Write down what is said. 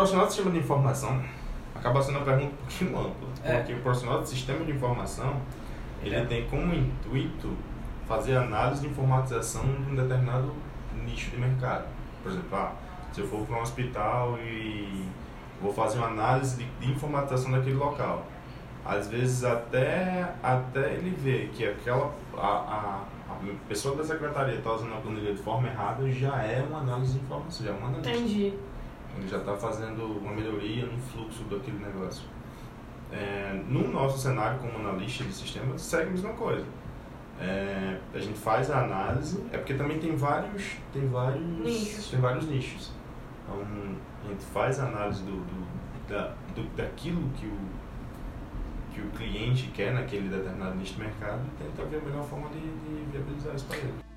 profissional de sistema de informação acaba sendo uma pergunta um pouquinho ampla, porque o profissional de sistema de informação ele tem como intuito fazer análise de informatização de um determinado nicho de mercado. Por exemplo, se eu for para um hospital e vou fazer uma análise de informatização daquele local, às vezes até ele ver que a pessoa da secretaria está usando a planilha de forma errada, já é uma análise de informação, já é uma analista. Entendi. Ele já está fazendo uma melhoria no fluxo daquele negócio. No nosso cenário como analista de sistemas, segue a mesma coisa. A gente faz a análise, porque também tem vários nichos. Então, a gente faz a análise daquilo que o cliente quer naquele determinado nicho de mercado e tenta ver a melhor forma de viabilizar isso para ele.